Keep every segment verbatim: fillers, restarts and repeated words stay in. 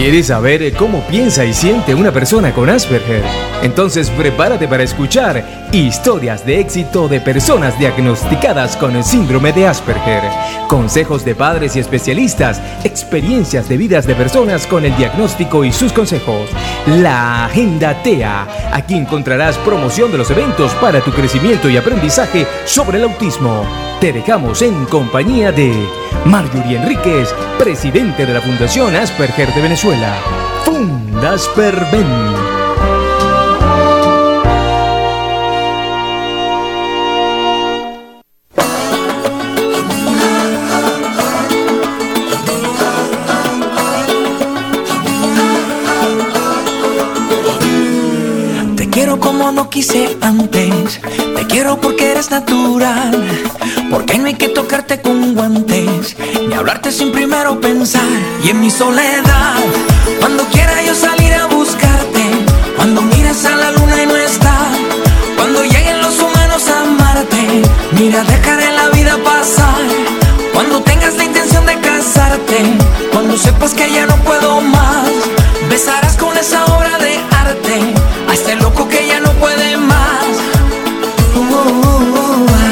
¿Quieres saber cómo piensa y siente una persona con Asperger? Entonces prepárate para escuchar historias de éxito de personas diagnosticadas con el síndrome de Asperger, consejos de padres y especialistas, experiencias de vidas de personas con el diagnóstico y sus consejos. La Agenda T E A. Aquí encontrarás promoción de los eventos para tu crecimiento y aprendizaje sobre el autismo. Te dejamos en compañía de Marjorie Enríquez, presidente de la Fundación Asperger de Venezuela. Fundasperven. Te quiero como no quise antes. Te quiero porque eres natural. Porque no hay que tocarte con guantes, ni hablarte sin primero pensar. Y en mi soledad, cuando quiera yo salir a buscarte, cuando mires a la luna y no está, cuando lleguen los humanos a amarte, mira, dejaré la vida pasar. Cuando tengas la intención de casarte, cuando sepas que ya no puedo más, besarás con esa obra de arte a este loco que ya no puede más. uh, uh, uh, uh.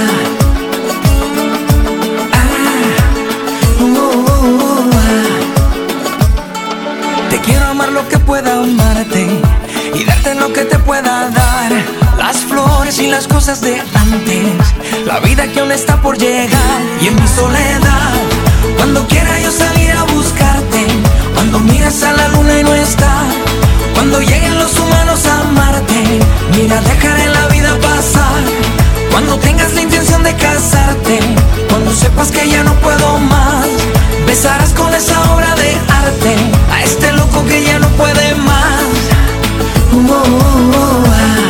Lo que pueda amarte y darte lo que te pueda dar, las flores y las cosas de antes, la vida que aún está por llegar. Y en mi soledad, cuando quiera yo salir a buscarte, cuando mires a la luna y no está, cuando lleguen los humanos a amarte, mira, dejaré la vida pasar. Cuando tengas la intención de casarte, cuando sepas que ya no puedo más, besarás con esa obra de arte a este loco que ya no puede más. uh, uh, uh, ah.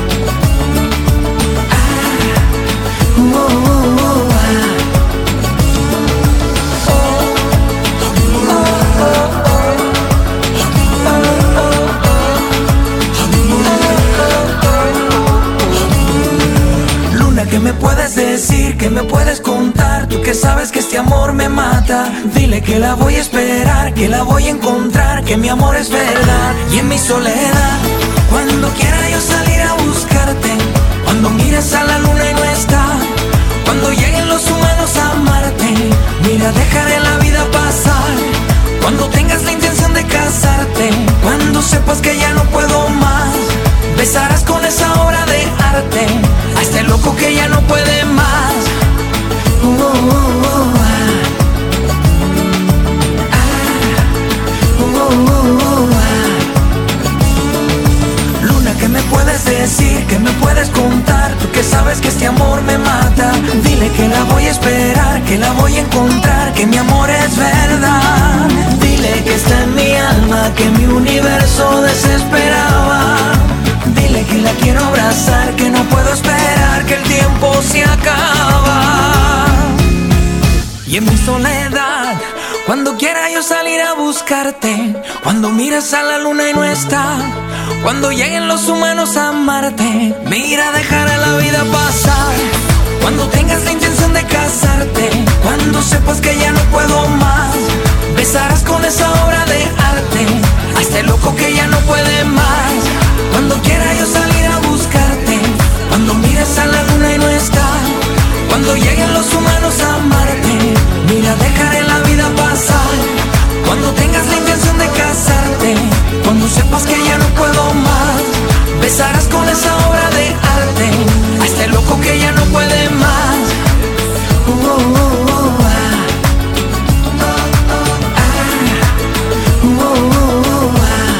Ah. uh, uh, uh, ah. Luna, ¿qué me puedes decir? ¿Qué me puedes contar? Tú que sabes que este amor me mata. Dile que la voy a esperar, que la voy a encontrar, que mi amor es verdad. Y en mi soledad, cuando quiera yo salir a buscarte, cuando mires a la luna y no está, cuando lleguen los humanos a amarte, mira, dejaré la vida pasar. Cuando tengas la intención de casarte, cuando sepas que ya no puedo más, besarás con esa obra de arte a este loco que ya no puede más. uh, uh, uh, ah. Ah. uh, uh, uh, ah. Luna, ¿qué me puedes decir? ¿Qué me puedes contar? Tú que sabes que este amor me mata. Dile que la voy a esperar, que la voy a encontrar, que mi amor es verdad. Dile que está en mi alma, que mi universo desesperaba. Dile que la quiero abrazar, que no puedo esperar, que el tiempo se acaba. Y en mi soledad, cuando quiera yo salir a buscarte, cuando miras a la luna y no está, cuando lleguen los humanos a amarte, mira, dejaré la vida pasar. Cuando tengas la intención de casarte, cuando sepas que ya no puedo más, besarás con esa obra de arte a este loco que ya no puede más. Cuando quiera yo salir a buscarte, cuando mires a la luna y no está, cuando lleguen los humanos a amarte, mira, dejaré la vida pasar. Cuando tengas la intención de casarte, cuando sepas que ya no puedo más, besarás con esa obra de arte a este loco que ya no puede más. uh, uh, uh, ah. Ah. uh, uh, uh, ah.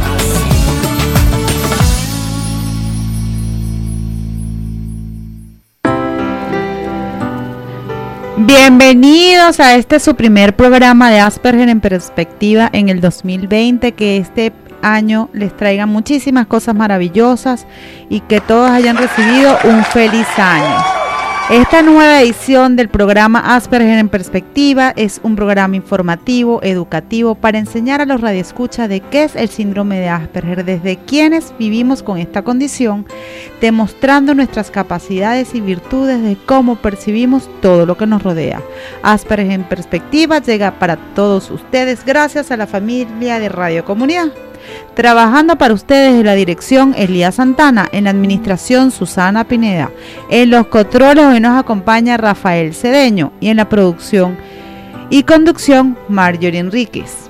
Bienvenidos a este su primer programa de Asperger en Perspectiva en el dos mil veinte, que este año les traiga muchísimas cosas maravillosas y que todos hayan recibido un feliz año. Esta nueva edición del programa Asperger en Perspectiva es un programa informativo, educativo, para enseñar a los radioescuchas de qué es el síndrome de Asperger, desde quienes vivimos con esta condición, demostrando nuestras capacidades y virtudes de cómo percibimos todo lo que nos rodea. Asperger en Perspectiva llega para todos ustedes gracias a la familia de Radio Comunidad. Trabajando para ustedes en la dirección Elías Santana, en la administración Susana Pineda, en los controles hoy nos acompaña Rafael Cedeño y en la producción y conducción Marjorie Enríquez.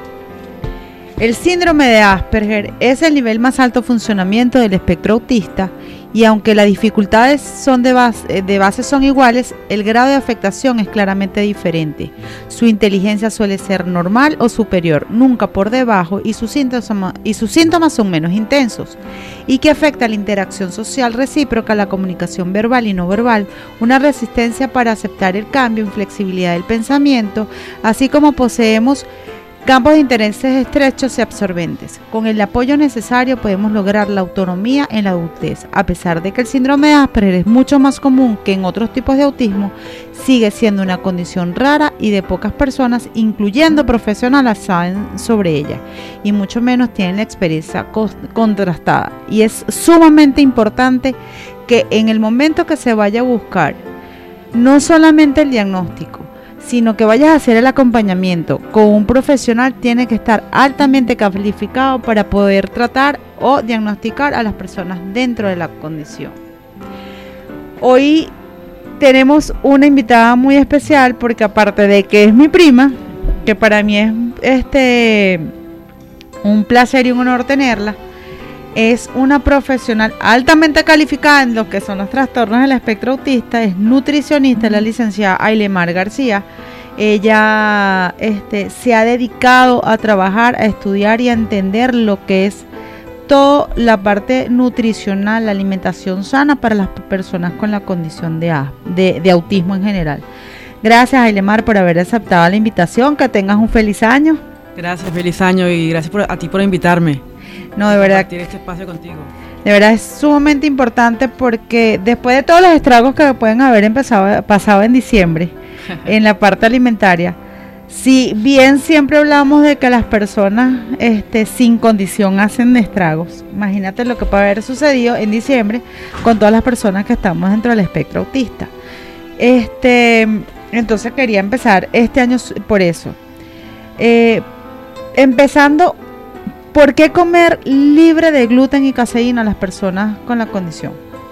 El síndrome de Asperger es el nivel más alto funcionamiento del espectro autista y aunque las dificultades son de base, de base son iguales, el grado de afectación es claramente diferente. Su inteligencia suele ser normal o superior, nunca por debajo, y sus síntomas, y sus síntomas son menos intensos, y que afecta la interacción social recíproca, la comunicación verbal y no verbal, una resistencia para aceptar el cambio, inflexibilidad del pensamiento, así como poseemos campos de intereses estrechos y absorbentes. Con el apoyo necesario podemos lograr la autonomía en la adultez. A pesar de que el síndrome de Asperger es mucho más común que en otros tipos de autismo, sigue siendo una condición rara y de pocas personas, incluyendo profesionales, saben sobre ella y mucho menos tienen la experiencia contrastada. Y es sumamente importante que en el momento que se vaya a buscar no solamente el diagnóstico, sino que vayas a hacer el acompañamiento con un profesional, tiene que estar altamente calificado para poder tratar o diagnosticar a las personas dentro de la condición. Hoy tenemos una invitada muy especial porque aparte de que es mi prima, que para mí es este un placer y un honor tenerla, es una profesional altamente calificada en lo que son los trastornos del espectro autista, es nutricionista, la licenciada Ailemar García. Ella este, se ha dedicado a trabajar, a estudiar y a entender lo que es toda la parte nutricional, la alimentación sana para las personas con la condición de, de, de autismo en general. Gracias, Ailemar, por haber aceptado la invitación. Que tengas un feliz año. Gracias, feliz año, y gracias por, a ti por invitarme. No, de verdad. Compartir este espacio contigo. De verdad es sumamente importante porque después de todos los estragos que pueden haber empezado, pasado en diciembre en la parte alimentaria, si bien siempre hablamos de que las personas este, sin condición hacen estragos, imagínate lo que puede haber sucedido en diciembre con todas las personas que estamos dentro del espectro autista. Este, entonces quería empezar este año por eso. Eh, empezando, ¿por qué comer libre de gluten y caseína a las personas con la condición?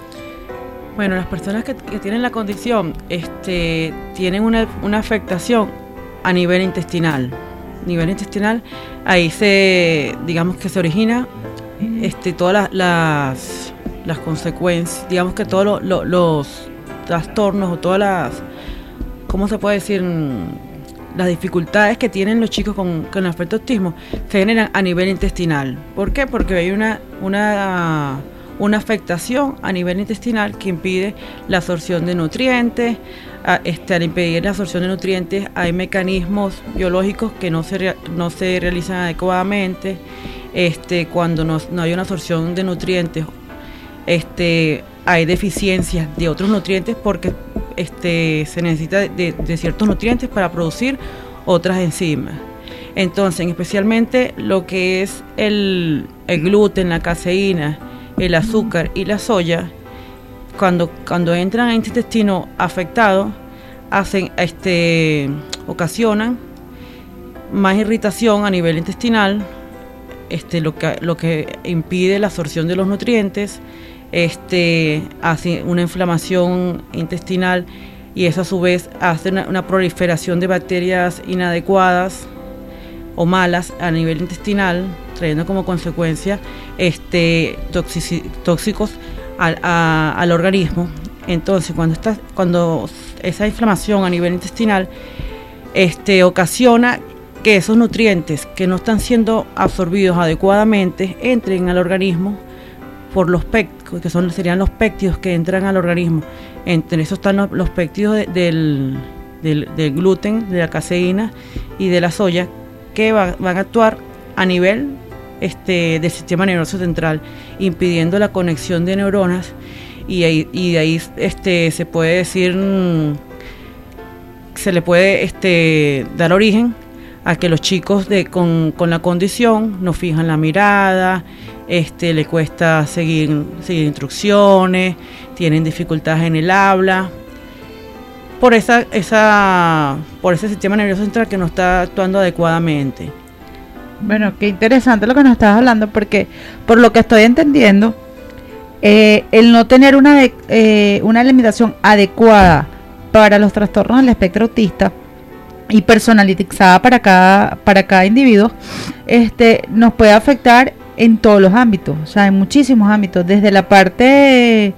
Bueno, las personas que, que tienen la condición este, tienen una, una afectación a nivel intestinal. Nivel intestinal, ahí se, digamos que se origina este, todas las, las, las consecuencias, digamos que todos lo, lo, los trastornos o todas las, ¿cómo se puede decir? Las dificultades que tienen los chicos con, con el afecto autismo se generan a nivel intestinal. ¿Por qué? Porque hay una, una, una afectación a nivel intestinal que impide la absorción de nutrientes. A, este, al impedir la absorción de nutrientes hay mecanismos biológicos que no se, re, no se realizan adecuadamente. Este, cuando no, no hay una absorción de nutrientes, este, hay deficiencias de otros nutrientes porque Este, se necesita de, de ciertos nutrientes para producir otras enzimas. Entonces, especialmente lo que es el, el gluten, la caseína, el azúcar y la soya, cuando, cuando entran al intestino afectado, hacen, este, ocasionan más irritación a nivel intestinal, este, lo que, lo que impide la absorción de los nutrientes. Este, hace una inflamación intestinal y eso a su vez hace una, una proliferación de bacterias inadecuadas o malas a nivel intestinal, trayendo como consecuencia este, toxici, tóxicos al, a, al organismo. Entonces, cuando, está, cuando esa inflamación a nivel intestinal este, ocasiona que esos nutrientes que no están siendo absorbidos adecuadamente entren al organismo por los péptidos, que son, serían los péptidos que entran al organismo. Entre esos están los, los péptidos de, del, del, del gluten, de la caseína y de la soya, que va, van a actuar a nivel este, del sistema nervioso central, impidiendo la conexión de neuronas y, ahí, y de ahí este, se puede decir, se le puede este, dar origen a que los chicos de, con, con la condición no fijan la mirada, este, le cuesta seguir, seguir instrucciones, tienen dificultades en el habla, por esa, esa, por ese sistema nervioso central que no está actuando adecuadamente. Bueno, qué interesante lo que nos estás hablando, porque por lo que estoy entendiendo, eh, el no tener una, de, eh, una limitación adecuada para los trastornos del espectro autista y personalizada para cada, para cada individuo, este, nos puede afectar en todos los ámbitos, o sea, en muchísimos ámbitos, desde la parte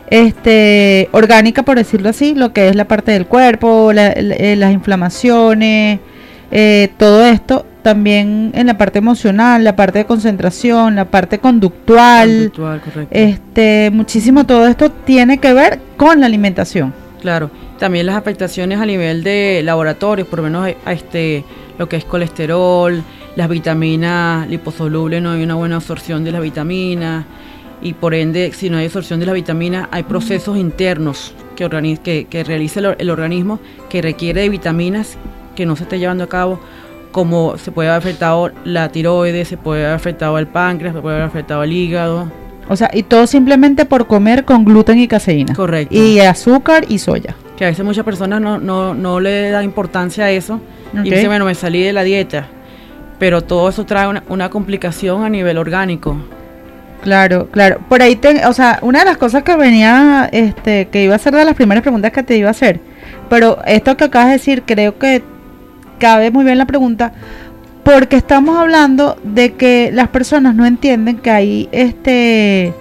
este, orgánica, por decirlo así, lo que es la parte del cuerpo, la, la, las inflamaciones, eh, todo esto, también en la parte emocional, la parte de concentración, la parte conductual, Conductual, correcto. este, muchísimo todo esto tiene que ver con la alimentación. Claro, también las afectaciones a nivel de laboratorios, por lo menos a este, lo que es colesterol, las vitaminas liposolubles, no hay una buena absorción de las vitaminas, y por ende, si no hay absorción de las vitaminas, hay procesos internos que, organiz que, que realiza el, el organismo que requiere de vitaminas que no se esté llevando a cabo, como se puede haber afectado la tiroides, se puede haber afectado el páncreas, se puede haber afectado el hígado. O sea, y todo simplemente por comer con gluten y caseína. Correcto. Y azúcar y soya. Que a veces muchas personas no, no, no le dan importancia a eso. Okay. Y dicen, bueno, me salí de la dieta. Pero todo eso trae una, una complicación a nivel orgánico. Claro, claro. Por ahí, te, o sea, una de las cosas que venía, este, que iba a ser de las primeras preguntas que te iba a hacer. Pero esto que acabas de decir, creo que cabe muy bien la pregunta, porque estamos hablando de que las personas no entienden que hay este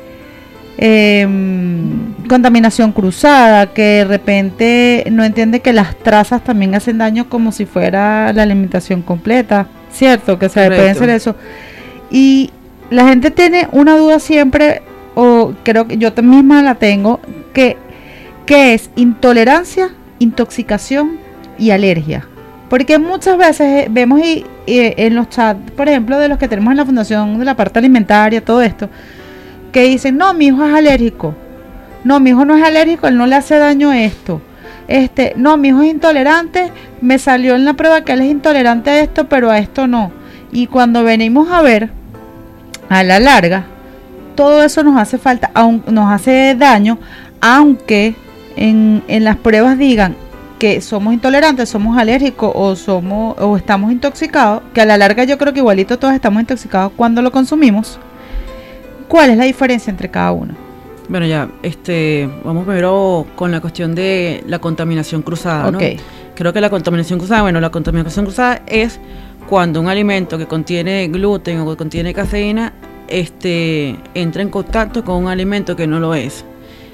eh, contaminación cruzada, que de repente no entiende que las trazas también hacen daño como si fuera la alimentación completa, ¿cierto? Que se puede hacer eso. Y la gente tiene una duda siempre, o creo que yo misma la tengo, que, que es intolerancia, intoxicación y alergia. Porque muchas veces vemos y, y en los chats, por ejemplo, de los que tenemos en la fundación de la parte alimentaria, todo esto, que dicen, no, mi hijo es alérgico, no, mi hijo no es alérgico, él no le hace daño esto, este, no, mi hijo es intolerante, me salió en la prueba que él es intolerante a esto, pero a esto no. Y cuando venimos a ver, a la larga, todo eso nos hace falta, aun, nos hace daño, aunque en, en las pruebas digan que somos intolerantes, somos alérgicos o somos o estamos intoxicados, que a la larga yo creo que igualito todos estamos intoxicados cuando lo consumimos. ¿Cuál es la diferencia entre cada uno? Bueno, ya, este, vamos primero con la cuestión de la contaminación cruzada, ¿no? Okay. Creo que la contaminación cruzada, bueno, la contaminación cruzada es cuando un alimento que contiene gluten o que contiene caseína, este, entra en contacto con un alimento que no lo es.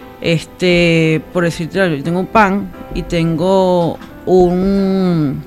Este, por decirte algo, yo tengo un pan y tengo un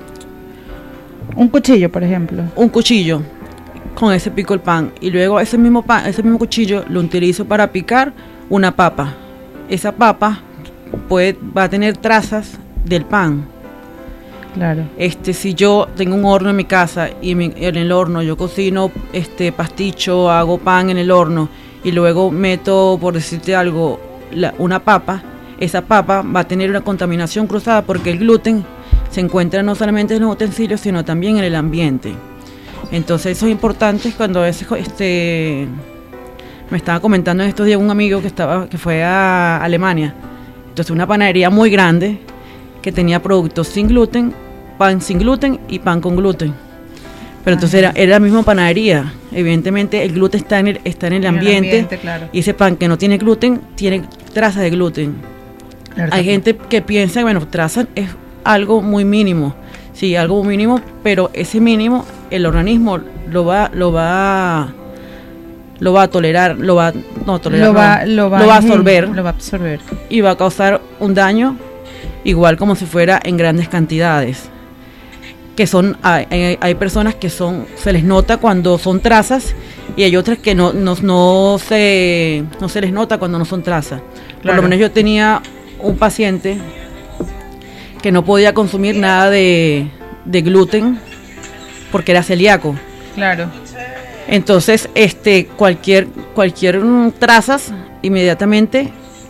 un cuchillo, por ejemplo, un cuchillo, con ese pico el pan, y luego ese mismo pan, ese mismo cuchillo lo utilizo para picar una papa. Esa papa puede, va a tener trazas del pan. Claro. Este, si yo tengo un horno en mi casa y en, mi, en el horno yo cocino este pasticho, hago pan en el horno y luego meto, por decirte algo, La, una papa, esa papa va a tener una contaminación cruzada porque el gluten se encuentra no solamente en los utensilios sino también en el ambiente. Entonces eso es importante. Cuando a veces este, me estaba comentando en estos días un amigo que estaba que fue a Alemania, entonces una panadería muy grande que tenía productos sin gluten, pan sin gluten y pan con gluten. Pero entonces era, era la misma panadería. Evidentemente el gluten está en el, está en el en ambiente, el ambiente claro. Y ese pan que no tiene gluten tiene trazas de gluten. Claro, hay gente que piensa, bueno, trazas es algo muy mínimo, sí, algo muy mínimo, pero ese mínimo el organismo lo va, lo va, lo va a tolerar, lo va, no tolerar, lo va, no, lo va, lo va a absorber, lo va a absorber y va a causar un daño igual como si fuera en grandes cantidades. Que son, hay, hay personas que son, se les nota cuando son trazas y hay otras que no, no, no se, no se les nota cuando no son trazas. Claro. Por lo menos yo tenía un paciente que no podía consumir nada de, de gluten porque era celíaco. Claro. Entonces, este, cualquier, cualquier trazas inmediatamente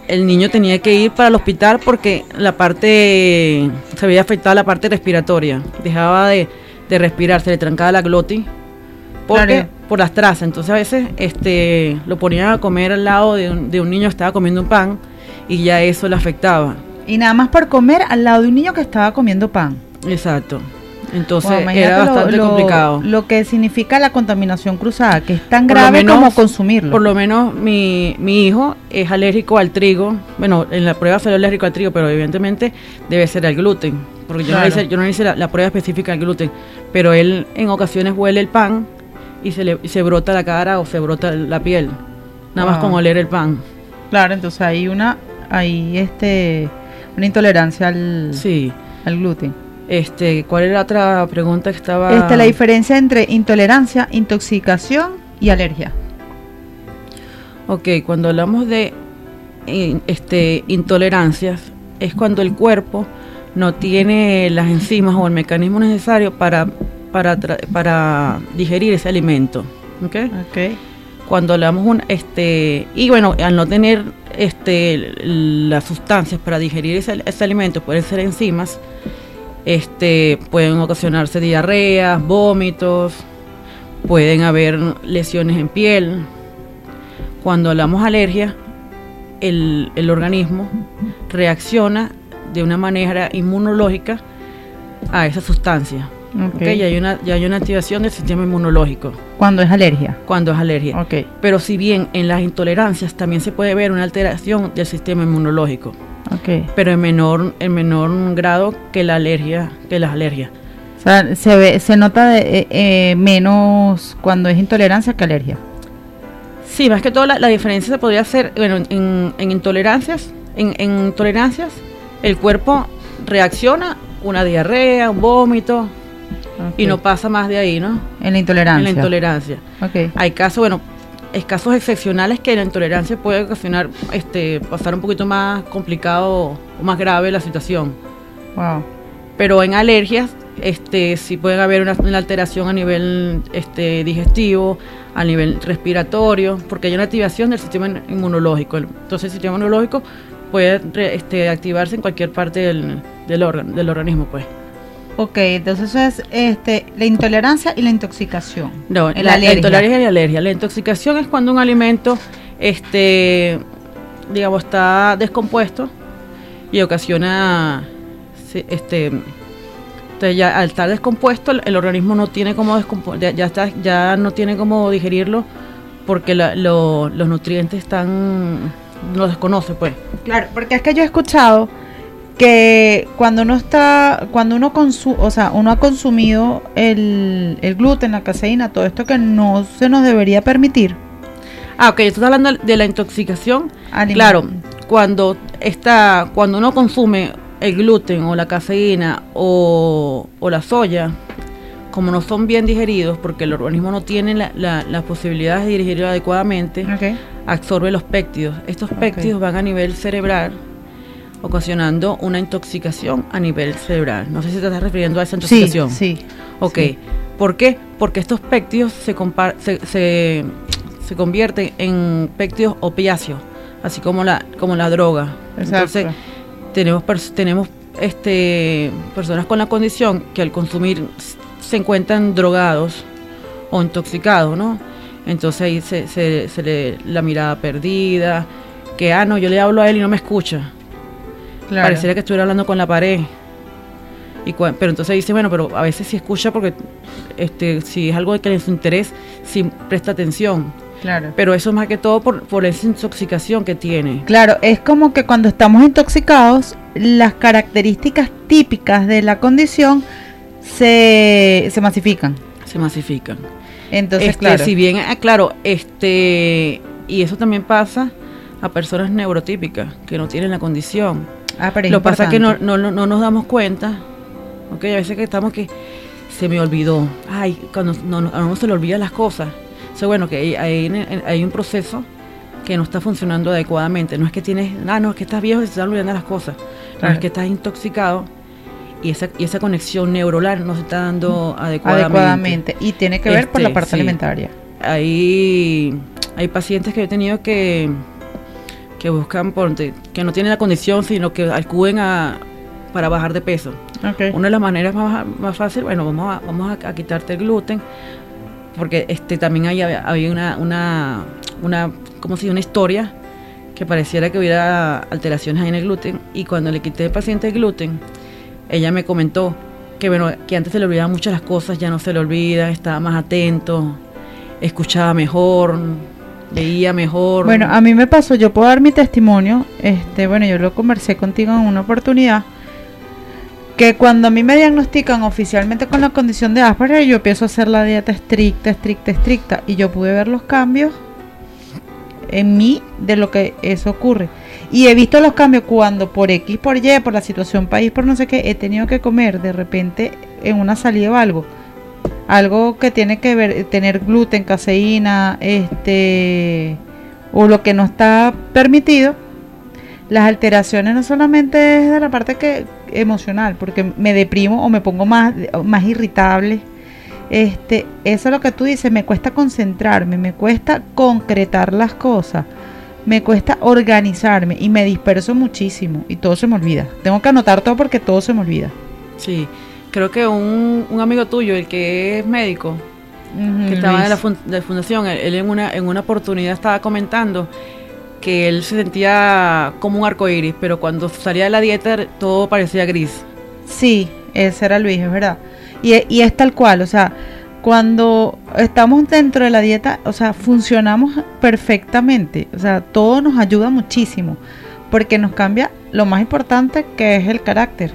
el niño tenía que ir para el hospital porque la parte, se había afectado la parte respiratoria, dejaba de, de respirar, se le trancaba la glotis, porque, claro, por las trazas. Entonces a veces este, lo ponían a comer al lado de un, de un niño que estaba comiendo un pan y ya eso le afectaba. Y nada más por comer al lado de un niño que estaba comiendo pan. Exacto. Entonces wow, era bastante lo, complicado. Lo que significa la contaminación cruzada, que es tan por grave menos, como consumirlo. Por lo menos mi, mi hijo es alérgico al trigo. Bueno, en la prueba salió alérgico al trigo, pero evidentemente debe ser al gluten. Porque yo claro. no le hice, yo no le hice la, la prueba específica al gluten. Pero él en ocasiones huele el pan y se le y se brota la cara o se brota la piel. Nada wow. más con oler el pan. Claro, entonces hay una, hay este, una intolerancia al, sí. al gluten. Este, ¿cuál era la otra pregunta que estaba? Este, la diferencia entre intolerancia, intoxicación y alergia. Ok, cuando hablamos de este, intolerancias, es cuando el cuerpo no tiene las enzimas o el mecanismo necesario para, para, para digerir ese alimento. ¿Ok? Okay. Cuando hablamos un, este, y bueno, al no tener este, las sustancias para digerir ese, ese alimento, pueden ser enzimas. Este, pueden ocasionarse diarreas, vómitos, pueden haber lesiones en piel. Cuando hablamos de alergia, el, el organismo reacciona de una manera inmunológica a esa sustancia. Okay. Okay, ya hay una, ya hay una activación del sistema inmunológico. ¿Cuándo es alergia? Cuando es alergia. Okay. Pero si bien en las intolerancias también se puede ver una alteración del sistema inmunológico. Okay. Pero en menor en menor grado que la alergia que las alergias. O sea, se ve, se nota de, eh, eh, menos cuando es intolerancia que alergia. Sí, más que todo la, la diferencia se podría hacer, bueno, en, en intolerancias, en, en intolerancias el cuerpo reacciona una diarrea, un vómito, okay, y no pasa más de ahí, ¿no? En la intolerancia. En la intolerancia. Okay. Hay casos, bueno, es casos excepcionales que la intolerancia puede ocasionar, este, pasar un poquito más complicado o más grave la situación. Wow. Pero en alergias, este, sí puede haber una, una alteración a nivel, este, digestivo, a nivel respiratorio, porque hay una activación del sistema inmunológico. Entonces, el sistema inmunológico puede, este, activarse en cualquier parte del, del órgano, del organismo, pues. Ok, entonces eso es este, la intolerancia y la intoxicación. No, la, la, la intolerancia y la alergia. La intoxicación es cuando un alimento, este, digamos, está descompuesto y ocasiona, este, entonces ya al estar descompuesto el, el organismo no tiene cómo descompo- ya, ya está, ya no tiene cómo digerirlo porque la, lo, los nutrientes están, no desconoce, pues. Claro, porque es que yo he escuchado que cuando uno está, cuando uno consume, o sea, uno ha consumido el, el gluten, la caseína, todo esto que no se nos debería permitir. Ah, ok, estás hablando de la intoxicación. Alimento. Claro, cuando está, cuando uno consume el gluten o la caseína o, o la soya, como no son bien digeridos, porque el organismo no tiene la, la, las posibilidades de digerirlo adecuadamente, okay, absorbe los péptidos. Estos péptidos okay. van a nivel cerebral, ocasionando una intoxicación a nivel cerebral. No sé si te estás refiriendo a esa intoxicación. Sí, sí. Ok. Sí. ¿Por qué? Porque estos péptidos se, compar- se, se, se convierten en péptidos opiáceos, así como la como la droga. Exacto. Entonces, tenemos pers- tenemos este personas con la condición que al consumir se encuentran drogados o intoxicados, ¿no? Entonces ahí se, se, se le la mirada perdida, que ah no, yo le hablo a él y no me escucha. Claro. Pareciera que estuviera hablando con la pared. Y cu- pero entonces dice, bueno, pero a veces sí escucha porque este si es algo que le su interés, sí presta atención. Claro. Pero eso es más que todo por, por esa intoxicación que tiene. Claro, es como que cuando estamos intoxicados, las características típicas de la condición se, se masifican. Se masifican. Entonces, este, claro. Si bien, claro, este y eso también pasa a personas neurotípicas que no tienen la condición. Ah, pero es Lo que pasa es que no, importante. no, no, no nos damos cuenta, ¿ok? A veces que estamos que se me olvidó. Ay, cuando no, no, a uno se le olvidan las cosas. O sea, bueno, que hay, hay, hay un proceso que no está funcionando adecuadamente. No es que tienes, ah, no, es que estás viejo y se están olvidando las cosas. Claro. No, es que estás intoxicado y esa, y esa conexión neuronal no se está dando adecuadamente. Adecuadamente. Y tiene que ver este, por la parte sí. alimentaria. Hay, hay pacientes que he tenido que... que buscan, ponte, que no tienen la condición, sino que acuden a para bajar de peso. Okay. Una de las maneras más, más fáciles, bueno, vamos a, vamos a, a quitarte el gluten, porque este también había, había una, una, una, como si una historia que pareciera que hubiera alteraciones ahí en el gluten, y cuando le quité al paciente el gluten, ella me comentó que bueno, que antes se le olvidaban muchas las cosas, ya no se le olvida, estaba más atento, escuchaba mejor, veía mejor. Bueno, a mí me pasó, yo puedo dar mi testimonio, este, bueno, yo lo conversé contigo en una oportunidad, que cuando a mí me diagnostican oficialmente con la condición de Asperger, yo empiezo a hacer la dieta estricta, estricta, estricta, y yo pude ver los cambios en mí de lo que eso ocurre. Y he visto los cambios cuando por X, por Y, por la situación país, por no sé qué, he tenido que comer de repente en una salida o algo. Algo que tiene que ver, tener gluten, caseína, este, o lo que no está permitido. Las alteraciones no solamente es de la parte que emocional, porque me deprimo o me pongo más, más irritable. Este, eso es lo que tú dices, me cuesta concentrarme, me cuesta concretar las cosas, me cuesta organizarme y me disperso muchísimo y todo se me olvida. Tengo que anotar todo porque todo se me olvida. Sí, creo que un, un amigo tuyo, el que es médico, uh-huh, que estaba Luis. en la, fund- de la fundación, él, él en una en una oportunidad estaba comentando que él se sentía como un arcoíris, pero cuando salía de la dieta todo parecía gris. Sí, ese era Luis, es verdad. Y, y es tal cual, o sea, cuando estamos dentro de la dieta, o sea, funcionamos perfectamente, o sea, todo nos ayuda muchísimo, porque nos cambia lo más importante, que es el carácter.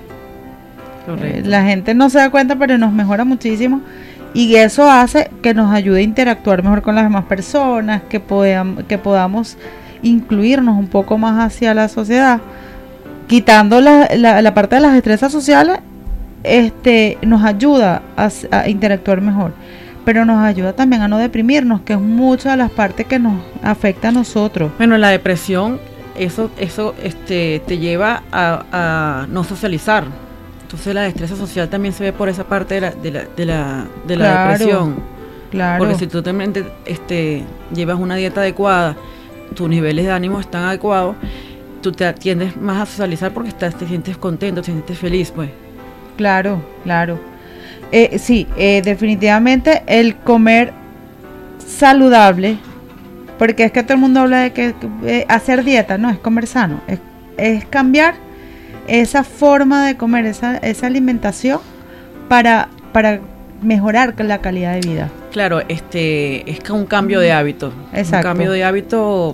Eh, la gente no se da cuenta, pero nos mejora muchísimo, y eso hace que nos ayude a interactuar mejor con las demás personas, que podamos, que podamos incluirnos un poco más hacia la sociedad, quitando la, la, la parte de las destrezas sociales. Este nos ayuda a, a interactuar mejor, pero nos ayuda también a no deprimirnos, que es muchas de las partes que nos afecta a nosotros. Bueno, la depresión, eso eso este te lleva a, a no socializar. Entonces la destreza social también se ve por esa parte de la de la de la, de la claro, depresión. Claro. Porque si tú también te, este llevas una dieta adecuada, tus niveles de ánimo están adecuados, tú te tiendes más a socializar porque estás, te sientes contento, te sientes feliz, pues. Claro, claro. Eh, sí, eh, definitivamente el comer saludable, porque es que todo el mundo habla de que eh, hacer dieta, no, es comer sano, es, es cambiar esa forma de comer, esa, esa alimentación para, para mejorar la calidad de vida. Claro, este es un cambio de hábito. Exacto. Un cambio de hábito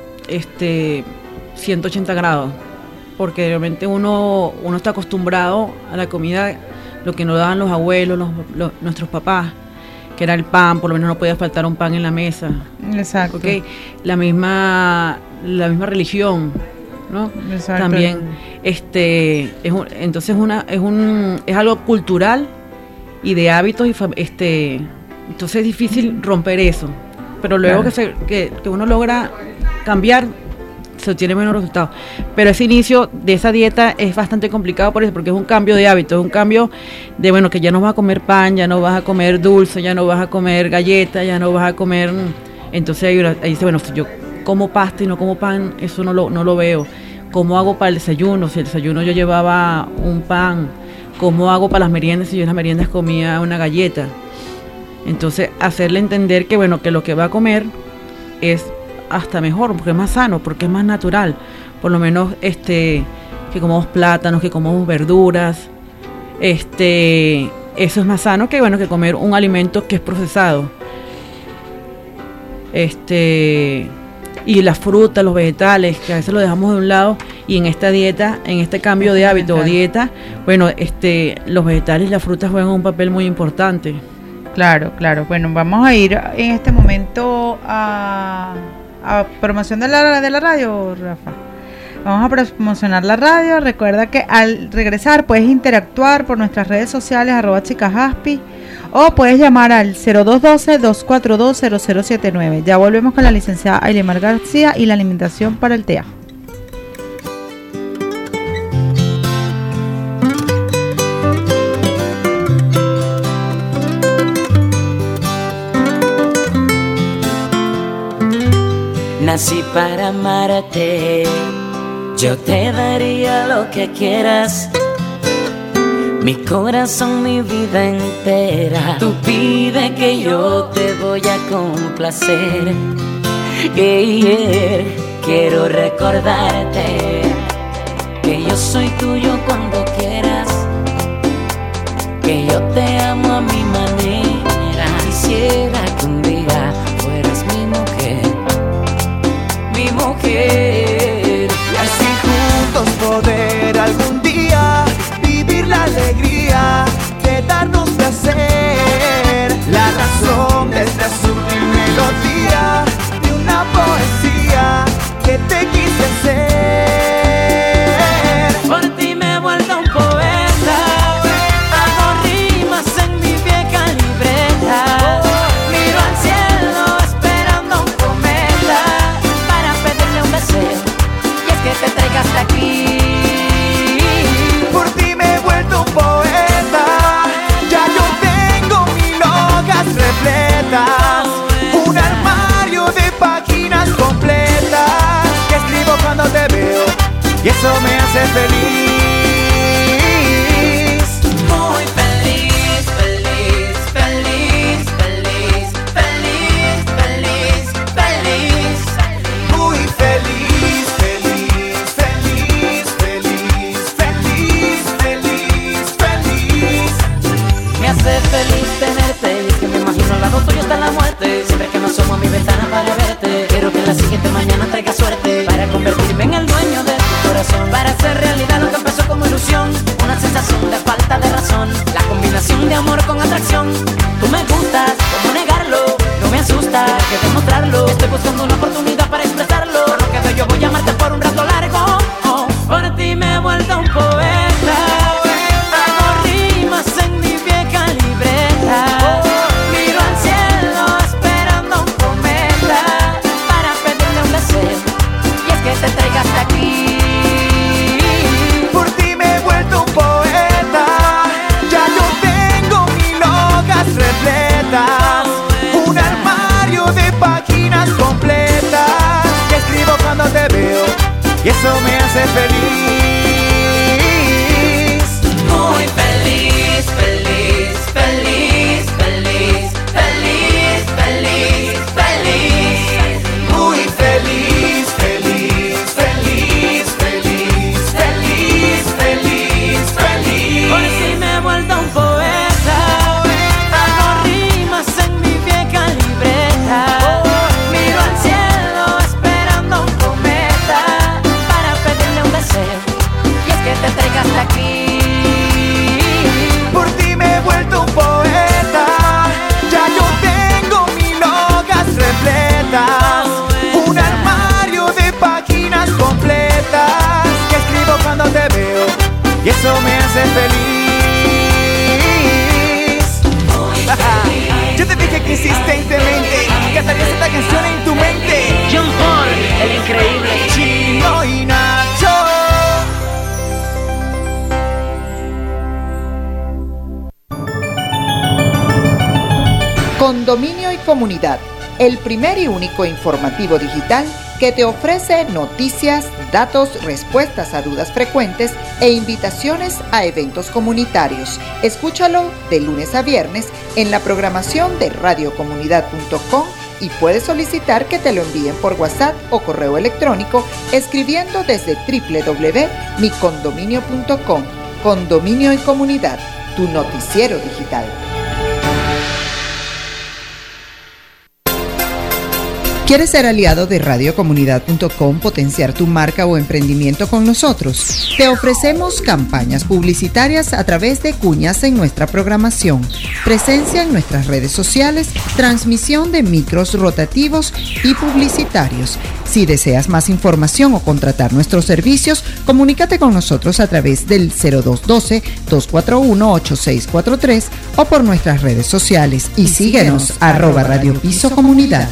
este ciento ochenta grados. Porque realmente uno uno está acostumbrado a la comida, lo que nos daban los abuelos, los, los, nuestros papás, que era el pan, por lo menos no podía faltar un pan en la mesa. Exacto. ¿Okay? La misma la misma religión, ¿no? Exacto. También este es un, entonces una es un es algo cultural y de hábitos y este entonces es difícil romper eso, pero luego claro. que se que, que uno logra cambiar, se obtiene menos resultados. Pero ese inicio de esa dieta es bastante complicado por eso, porque es un cambio de hábito, es un cambio de, bueno, que ya no vas a comer pan, ya no vas a comer dulce, ya no vas a comer galletas, ya no vas a comer... Entonces ahí, ahí dice, bueno, si yo como pasta y no como pan, eso no lo, no lo veo. ¿Cómo hago para el desayuno? Si el desayuno yo llevaba un pan, ¿cómo hago para las meriendas si yo en las meriendas comía una galleta? Entonces hacerle entender que, bueno, que lo que va a comer es hasta mejor, porque es más sano, porque es más natural, por lo menos este que comamos plátanos, que comamos verduras, este eso es más sano que bueno que comer un alimento que es procesado. Este y las frutas, los vegetales, que a veces lo dejamos de un lado, y en esta dieta, en este cambio de hábito o dieta, bueno, este los vegetales y las frutas juegan un papel muy importante. Claro, claro. Bueno, vamos a ir en este momento a a promoción de la, de la radio, Rafa. Vamos a promocionar la radio. Recuerda que al regresar puedes interactuar por nuestras redes sociales, arroba chicasaspi, o puedes llamar al cero dos uno dos, dos cuatro dos, cero cero siete nueve. Ya volvemos con la licenciada Ailemar García y la alimentación para el T E A. nací para amarte. Yo te daría lo que quieras, mi corazón, mi vida entera. Tú pide que yo te voy a complacer. Yeah, yeah. Quiero recordarte que yo soy tuyo cuando quieras, que yo te amo a mi manera. Quisiera que un día fueras mi mujer, mi mujer. Y así juntos poder algún día vivir la alegría de darnos placer. La razón de esta sutil melodía de una poesía que te quise ser. Por ti me he vuelto un poeta, hago rimas en mi vieja libreta. Miro al cielo esperando un cometa para pedirle un deseo, y es que te traiga hasta aquí. Por ti me he vuelto un poeta, ya yo tengo mil hojas repletas, un armario de páginas completas que escribo cuando te veo, y eso me hace feliz. Muy feliz, feliz, feliz, feliz, feliz, feliz, feliz. Muy feliz, feliz, feliz, feliz, feliz, feliz, feliz. Me hace feliz tenerte, y es que me imagino al lado tuyo hasta la muerte. Siempre que me asomo a mi ventana para verte, quiero que en la siguiente mañana traiga suerte para convertirme en el dueño de tu corazón, para hacer realidad lo que empezó como ilusión, una sensación de falta de razón, la combinación de amor con atracción. Tú me gustas, ¿cómo negarlo? No me asusta, hay que demostrarlo. Estoy buscando una oportunidad para expresarlo, por lo que doy yo voy a amarte por un rato largo. Oh, por ti me he vuelto un poeta, hago rimas en mi vieja libreta. Miro al cielo esperando un cometa para pedirle un deseo, y es que te traiga hasta aquí. Por ti me he vuelto un poeta, ya yo tengo mil hojas repletas, un armario de páginas completas que escribo cuando te veo, y eso me hace feliz. Muy feliz, feliz, feliz, feliz, feliz, feliz, feliz. Muy feliz, feliz, feliz, feliz, feliz, feliz, feliz. Por si me he vuelto un poeta, hago rimas en mi vieja libreta. Miro al cielo esperando un cometa para pedirle un deseo, y es que te traiga hasta aquí. Por ti me he vuelto un poeta, ya yo tengo mil hojas repletas, un armario de páginas completas que escribo cuando te veo, y eso me hace feliz. Yo te dije que insistentemente cantarías esta canción en tu mente. John Paul, el increíble. Chino y Nacho. Condominio y Comunidad, el primer y único informativo digital que te ofrece noticias, datos, respuestas a dudas frecuentes e invitaciones a eventos comunitarios. Escúchalo de lunes a viernes en la programación de radio comunidad punto com y puedes solicitar que te lo envíen por WhatsApp o correo electrónico escribiendo desde doble u doble u doble u punto mi condominio punto com. Condominio y Comunidad, tu noticiero digital. ¿Quieres ser aliado de radio comunidad punto com, potenciar tu marca o emprendimiento con nosotros? Te ofrecemos campañas publicitarias a través de cuñas en nuestra programación, presencia en nuestras redes sociales, transmisión de micros rotativos y publicitarios. Si deseas más información o contratar nuestros servicios, comunícate con nosotros a través del cero dos uno dos, dos cuatro uno, ocho seis cuatro tres o por nuestras redes sociales y, y síguenos, síguenos arroba Radio Piso Comunidad.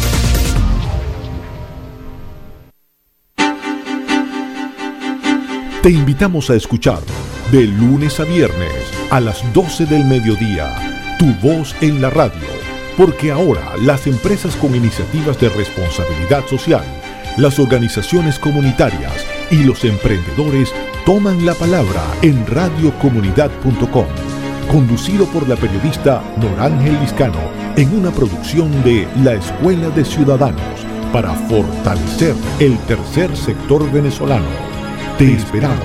Te invitamos a escuchar de lunes a viernes a las doce del mediodía, Tu Voz en la Radio, porque ahora las empresas con iniciativas de responsabilidad social, las organizaciones comunitarias y los emprendedores toman la palabra en radio comunidad punto com, conducido por la periodista Norángel Liscano en una producción de la Escuela de Ciudadanos para fortalecer el tercer sector venezolano. Te esperamos.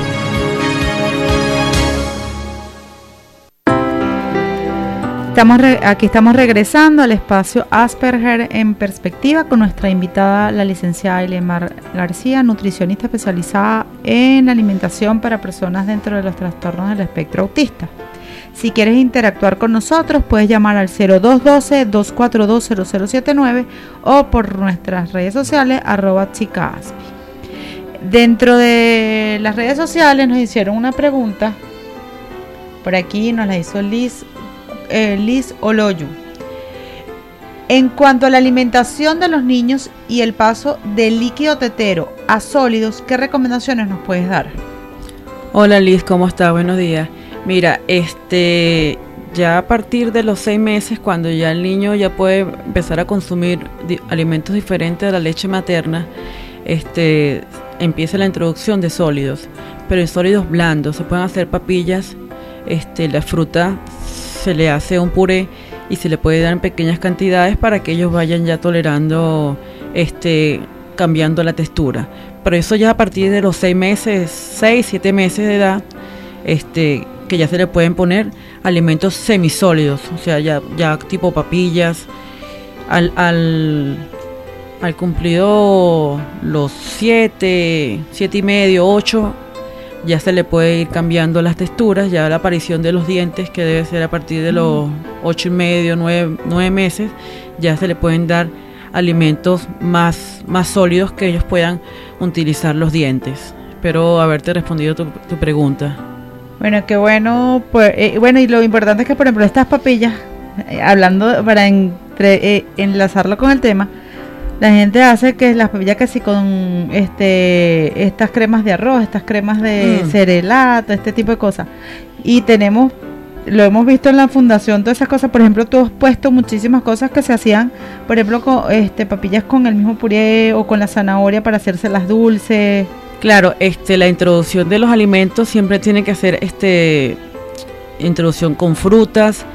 Estamos re- aquí estamos regresando al espacio Asperger en Perspectiva con nuestra invitada, la licenciada Ilemar García, nutricionista especializada en alimentación para personas dentro de los trastornos del espectro autista. Si quieres interactuar con nosotros, puedes llamar al cero dos uno dos, dos cuatro dos, cero cero siete nueve o por nuestras redes sociales, arroba chicaaspi. Dentro de las redes sociales nos hicieron una pregunta, por aquí nos la hizo Liz, eh, Liz Oloyu. En cuanto a la alimentación de los niños y el paso del líquido tetero a sólidos, ¿qué recomendaciones nos puedes dar? Hola Liz, ¿cómo estás? Buenos días. Mira, este, ya a partir de los seis meses, cuando ya el niño ya puede empezar a consumir di- alimentos diferentes a la leche materna, este, empieza la introducción de sólidos, pero en sólidos blandos. Se pueden hacer papillas, este, la fruta se le hace un puré y se le puede dar en pequeñas cantidades para que ellos vayan ya tolerando, este, cambiando la textura. Pero eso ya a partir de los seis meses, seis, siete meses de edad, este, que ya se le pueden poner alimentos semisólidos, o sea, ya, ya tipo papillas. Al, al, al cumplido los siete, siete y medio, ocho, ya se le puede ir cambiando las texturas, ya la aparición de los dientes, que debe ser a partir de los ocho y medio, nueve, nueve meses, ya se le pueden dar alimentos más, más sólidos que ellos puedan utilizar los dientes. Espero haberte respondido tu, tu pregunta. Bueno, qué bueno, pues, eh, bueno, y lo importante es que, por ejemplo, estas papillas, eh, hablando para entre, eh, enlazarlo con el tema, la gente hace que las papillas que sí con este estas cremas de arroz, estas cremas de mm. cerelato, este tipo de cosas, y tenemos, lo hemos visto en la fundación, todas esas cosas. Por ejemplo, tú has puesto muchísimas cosas que se hacían, por ejemplo, con este papillas con el mismo puré o con la zanahoria para hacérselas dulces. Claro, este, la introducción de los alimentos siempre tiene que hacer este introducción con frutas,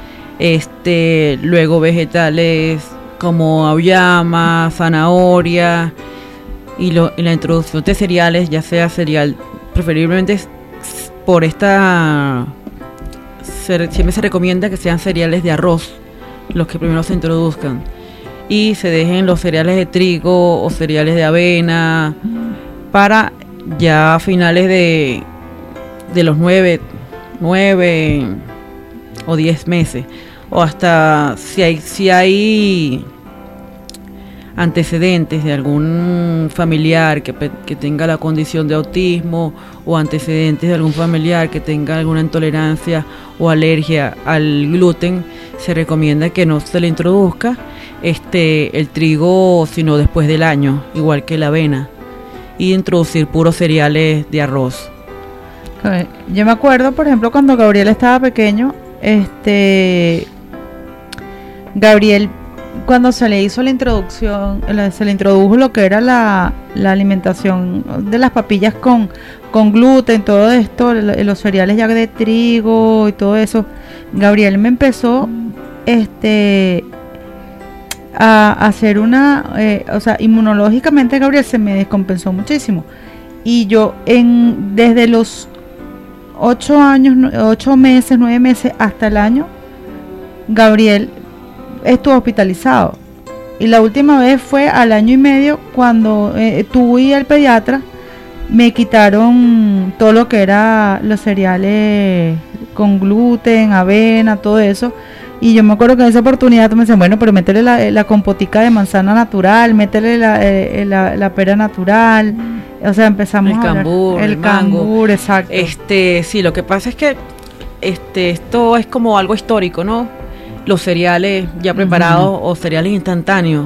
este, luego vegetales como auyama, zanahoria, y, lo, y la introducción de cereales, ya sea cereal, preferiblemente por esta, se, siempre se recomienda que sean cereales de arroz los que primero se introduzcan, y se dejen los cereales de trigo o cereales de avena para ya a finales de, de los nueve, nueve o diez meses, o hasta si hay, si hay antecedentes de algún familiar que, que tenga la condición de autismo, o antecedentes de algún familiar que tenga alguna intolerancia o alergia al gluten, se recomienda que no se le introduzca este el trigo sino después del año, igual que la avena, y introducir puros cereales de arroz. Yo me acuerdo, por ejemplo, cuando Gabriel estaba pequeño, este Gabriel, cuando se le hizo la introducción, se le introdujo lo que era la, la alimentación de las papillas con, con gluten, todo esto, los cereales ya de trigo y todo eso, Gabriel me empezó este a hacer una, eh, o sea, inmunológicamente Gabriel se me descompensó muchísimo, y yo en desde los ocho años, ocho meses, nueve meses hasta el año, Gabriel estuvo hospitalizado, y la última vez fue al año y medio cuando eh, tuve al pediatra, me quitaron todo lo que era los cereales con gluten, avena, todo eso. Y yo me acuerdo que en esa oportunidad me decían, bueno, pero métele la, la compotica de manzana natural, métele la, eh, la, la pera natural. O sea, empezamos el a hablar. cambur, el, el mango. cambur, exacto. Este, sí, lo que pasa es que este, esto es como algo histórico, ¿no? Los cereales ya preparados uh-huh. o cereales instantáneos,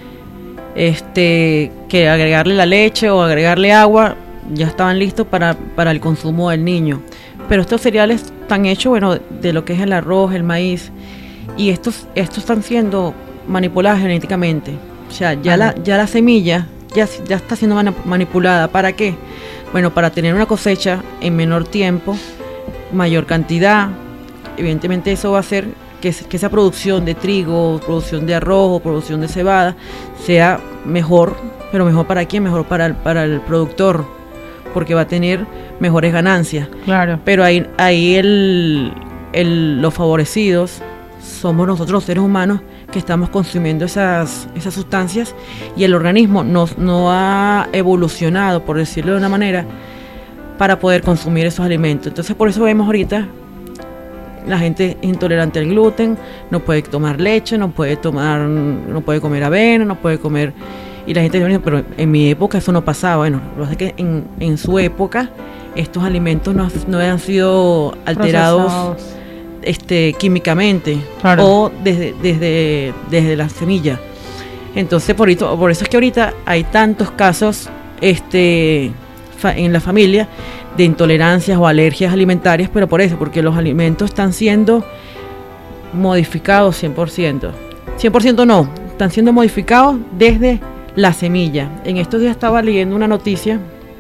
este, que agregarle la leche o agregarle agua, ya estaban listos para, para el consumo del niño. Pero estos cereales están hechos, bueno, de lo que es el arroz, el maíz, y estos, estos están siendo manipulados genéticamente. O sea, ya la, ya la semilla ya, ya está siendo manipulada. ¿Para qué? Bueno, para tener una cosecha en menor tiempo, mayor cantidad. Evidentemente eso va a hacer que, que esa producción de trigo, producción de arroz o producción de cebada sea mejor, pero mejor para quién, mejor para el, para el productor, porque va a tener mejores ganancias. Claro. Pero ahí, ahí el, el, los favorecidos somos nosotros los seres humanos que estamos consumiendo esas, esas sustancias, y el organismo no, no ha evolucionado, por decirlo de una manera, para poder consumir esos alimentos. Entonces por eso vemos ahorita la gente intolerante al gluten, no puede tomar leche, no puede tomar, no puede comer avena, no puede comer, y la gente dice, pero en mi época eso no pasaba. Bueno, lo que pasa es que en, en su época estos alimentos no, no han sido alterados Procesados. Este, químicamente, claro, o desde, desde, desde la semilla. Entonces por eso, por eso es que ahorita hay tantos casos este, fa, en la familia de intolerancias o alergias alimentarias, pero por eso, porque los alimentos están siendo modificados cien por ciento. cien por ciento no, están siendo modificados desde la semilla. En estos días estaba leyendo una noticia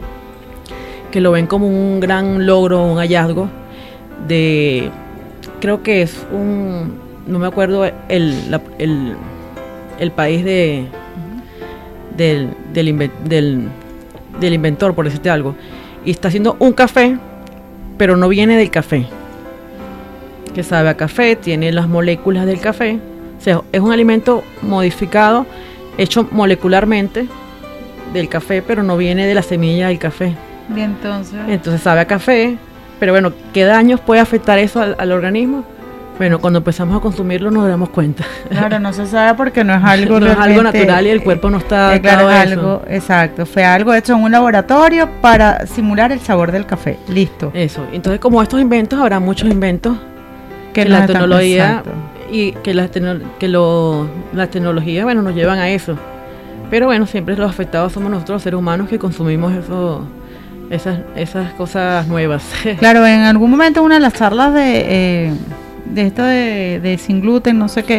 que lo ven como un gran logro, un hallazgo de... Creo que es un, no me acuerdo el, la, el, el país de del, del, inven, del, del inventor, por decirte algo, y está haciendo un café, pero no viene del café, que sabe a café, tiene las moléculas del café, o sea, es un alimento modificado, hecho molecularmente del café, pero no viene de la semilla del café. Y entonces, entonces sabe a café. Pero bueno, ¿qué daños puede afectar eso al, al organismo? Bueno, cuando empezamos a consumirlo nos damos cuenta. Claro, no se sabe porque no es algo no es algo natural y el cuerpo no está eh, claro, a es algo, eso. Exacto, fue algo hecho en un laboratorio para simular el sabor del café. Listo. Eso. Entonces, como estos inventos, habrá muchos inventos que, que la tecnología y que la que lo la tecnología, bueno, nos llevan a eso. Pero bueno, siempre los afectados somos nosotros, los seres humanos, que consumimos eso. Esas, esas cosas nuevas. Claro, en algún momento una de las charlas de, eh, de esto de, de sin gluten, no sé qué,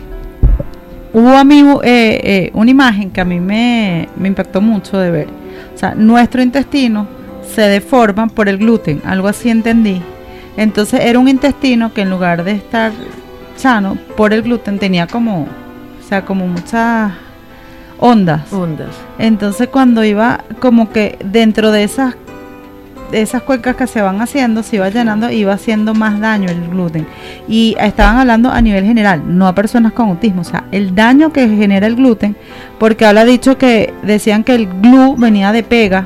hubo a mí eh, eh, una imagen que a mí me, me impactó mucho de ver. O sea, nuestro intestino se deforma por el gluten, algo así entendí. Entonces era un intestino que en lugar de estar sano por el gluten tenía como, o sea, como muchas ondas. Ondas. Entonces cuando iba como que dentro de esas de esas cuencas que se van haciendo, se iba llenando, iba haciendo más daño el gluten. Y estaban hablando a nivel general, no a personas con autismo, o sea, el daño que genera el gluten, porque habla dicho que decían que el glue venía de pega,